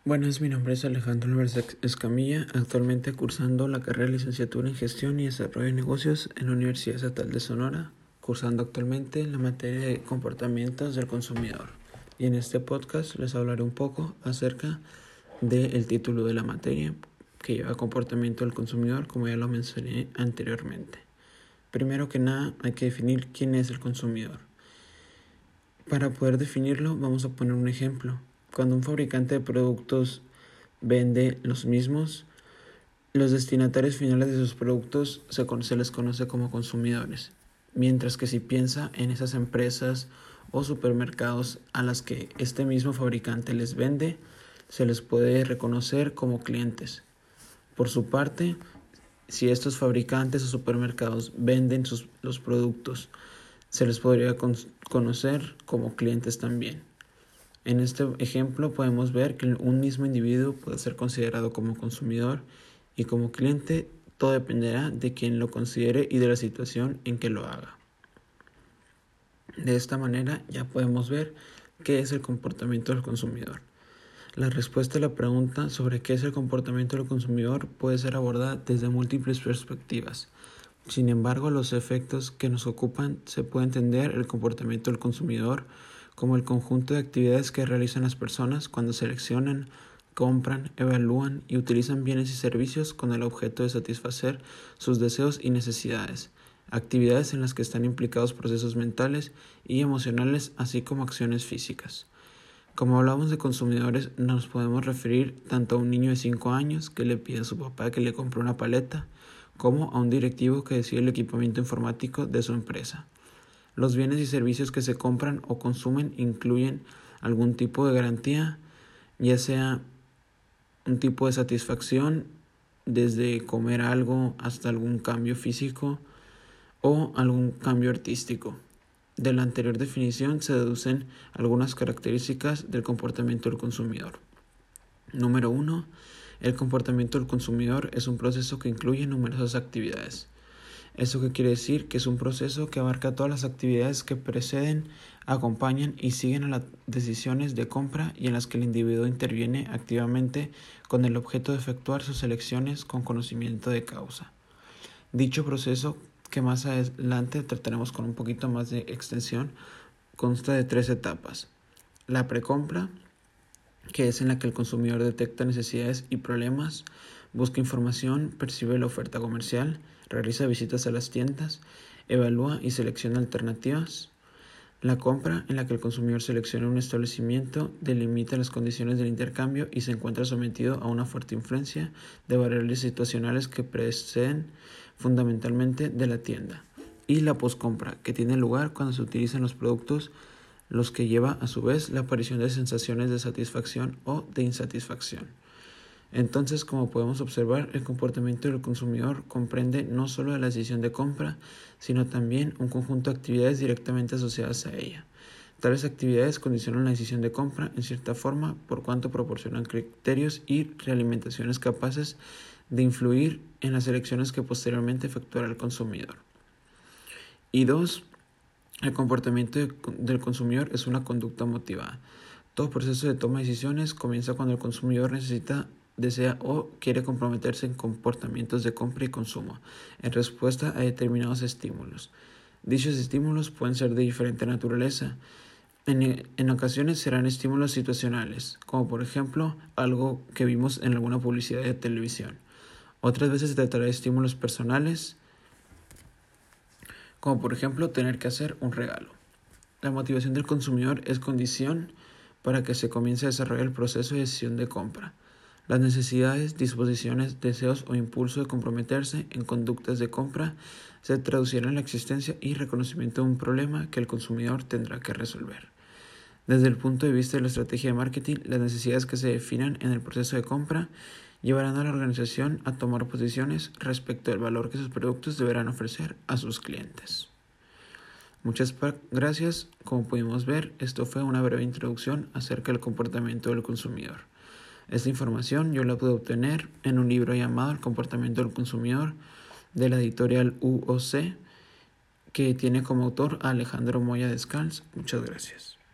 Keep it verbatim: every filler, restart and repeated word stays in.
Buenas, mi nombre es Alejandro Álvarez Escamilla, actualmente cursando la carrera de licenciatura en Gestión y Desarrollo de Negocios en la Universidad Estatal de Sonora, cursando actualmente la materia de comportamientos del consumidor. Y en este podcast les hablaré un poco acerca del título de la materia, que lleva comportamiento del consumidor, como ya lo mencioné anteriormente. Primero que nada, hay que definir quién es el consumidor. Para poder definirlo, vamos a poner un ejemplo. Cuando un fabricante de productos vende los mismos, los destinatarios finales de sus productos se, con- se les conoce como consumidores. Mientras que si piensa en esas empresas o supermercados a las que este mismo fabricante les vende, se les puede reconocer como clientes. Por su parte, si estos fabricantes o supermercados venden sus, los productos, se les podría con- conocer como clientes también. En este ejemplo podemos ver que un mismo individuo puede ser considerado como consumidor y como cliente. Todo dependerá de quien lo considere y de la situación en que lo haga. De esta manera ya podemos ver qué es el comportamiento del consumidor. La respuesta a la pregunta sobre qué es el comportamiento del consumidor puede ser abordada desde múltiples perspectivas. Sin embargo, los efectos que nos ocupan se puede entender el comportamiento del consumidor como el conjunto de actividades que realizan las personas cuando seleccionan, compran, evalúan y utilizan bienes y servicios con el objeto de satisfacer sus deseos y necesidades, actividades en las que están implicados procesos mentales y emocionales, así como acciones físicas. Como hablamos de consumidores, nos podemos referir tanto a un niño de cinco años que le pide a su papá que le compre una paleta, como a un directivo que decide el equipamiento informático de su empresa. Los bienes y servicios que se compran o consumen incluyen algún tipo de garantía, ya sea un tipo de satisfacción, desde comer algo hasta algún cambio físico o algún cambio artístico. De la anterior definición se deducen algunas características del comportamiento del consumidor. Número uno. El comportamiento del consumidor es un proceso que incluye numerosas actividades. ¿Eso qué quiere decir? Que es un proceso que abarca todas las actividades que preceden, acompañan y siguen a las decisiones de compra y en las que el individuo interviene activamente con el objeto de efectuar sus elecciones con conocimiento de causa. Dicho proceso, que más adelante trataremos con un poquito más de extensión, consta de tres etapas. La precompra, que es en la que el consumidor detecta necesidades y problemas, busca información, percibe la oferta comercial, realiza visitas a las tiendas, evalúa y selecciona alternativas. La compra, en la que el consumidor selecciona un establecimiento, delimita las condiciones del intercambio y se encuentra sometido a una fuerte influencia de variables situacionales que preceden fundamentalmente de la tienda. Y la poscompra, que tiene lugar cuando se utilizan los productos, los que lleva a su vez la aparición de sensaciones de satisfacción o de insatisfacción. Entonces, como podemos observar, el comportamiento del consumidor comprende no solo la decisión de compra, sino también un conjunto de actividades directamente asociadas a ella. Tales actividades condicionan la decisión de compra en cierta forma, por cuanto proporcionan criterios y realimentaciones capaces de influir en las elecciones que posteriormente efectuará el consumidor. Y dos, el comportamiento de, del consumidor es una conducta motivada. Todo proceso de toma de decisiones comienza cuando el consumidor necesita, desea o quiere comprometerse en comportamientos de compra y consumo en respuesta a determinados estímulos. Dichos estímulos pueden ser de diferente naturaleza. En, en ocasiones serán estímulos situacionales, como por ejemplo algo que vimos en alguna publicidad de televisión. Otras veces se tratará de estímulos personales, como por ejemplo tener que hacer un regalo. La motivación del consumidor es condición para que se comience a desarrollar el proceso de decisión de compra. Las necesidades, disposiciones, deseos o impulso de comprometerse en conductas de compra se traducirán en la existencia y reconocimiento de un problema que el consumidor tendrá que resolver. Desde el punto de vista de la estrategia de marketing, las necesidades que se definan en el proceso de compra llevarán a la organización a tomar posiciones respecto al valor que sus productos deberán ofrecer a sus clientes. Muchas gracias. Como pudimos ver, esto fue una breve introducción acerca del comportamiento del consumidor. Esta información yo la pude obtener en un libro llamado El comportamiento del consumidor de la editorial U O C, que tiene como autor a Alejandro Moya Descalz. Muchas gracias.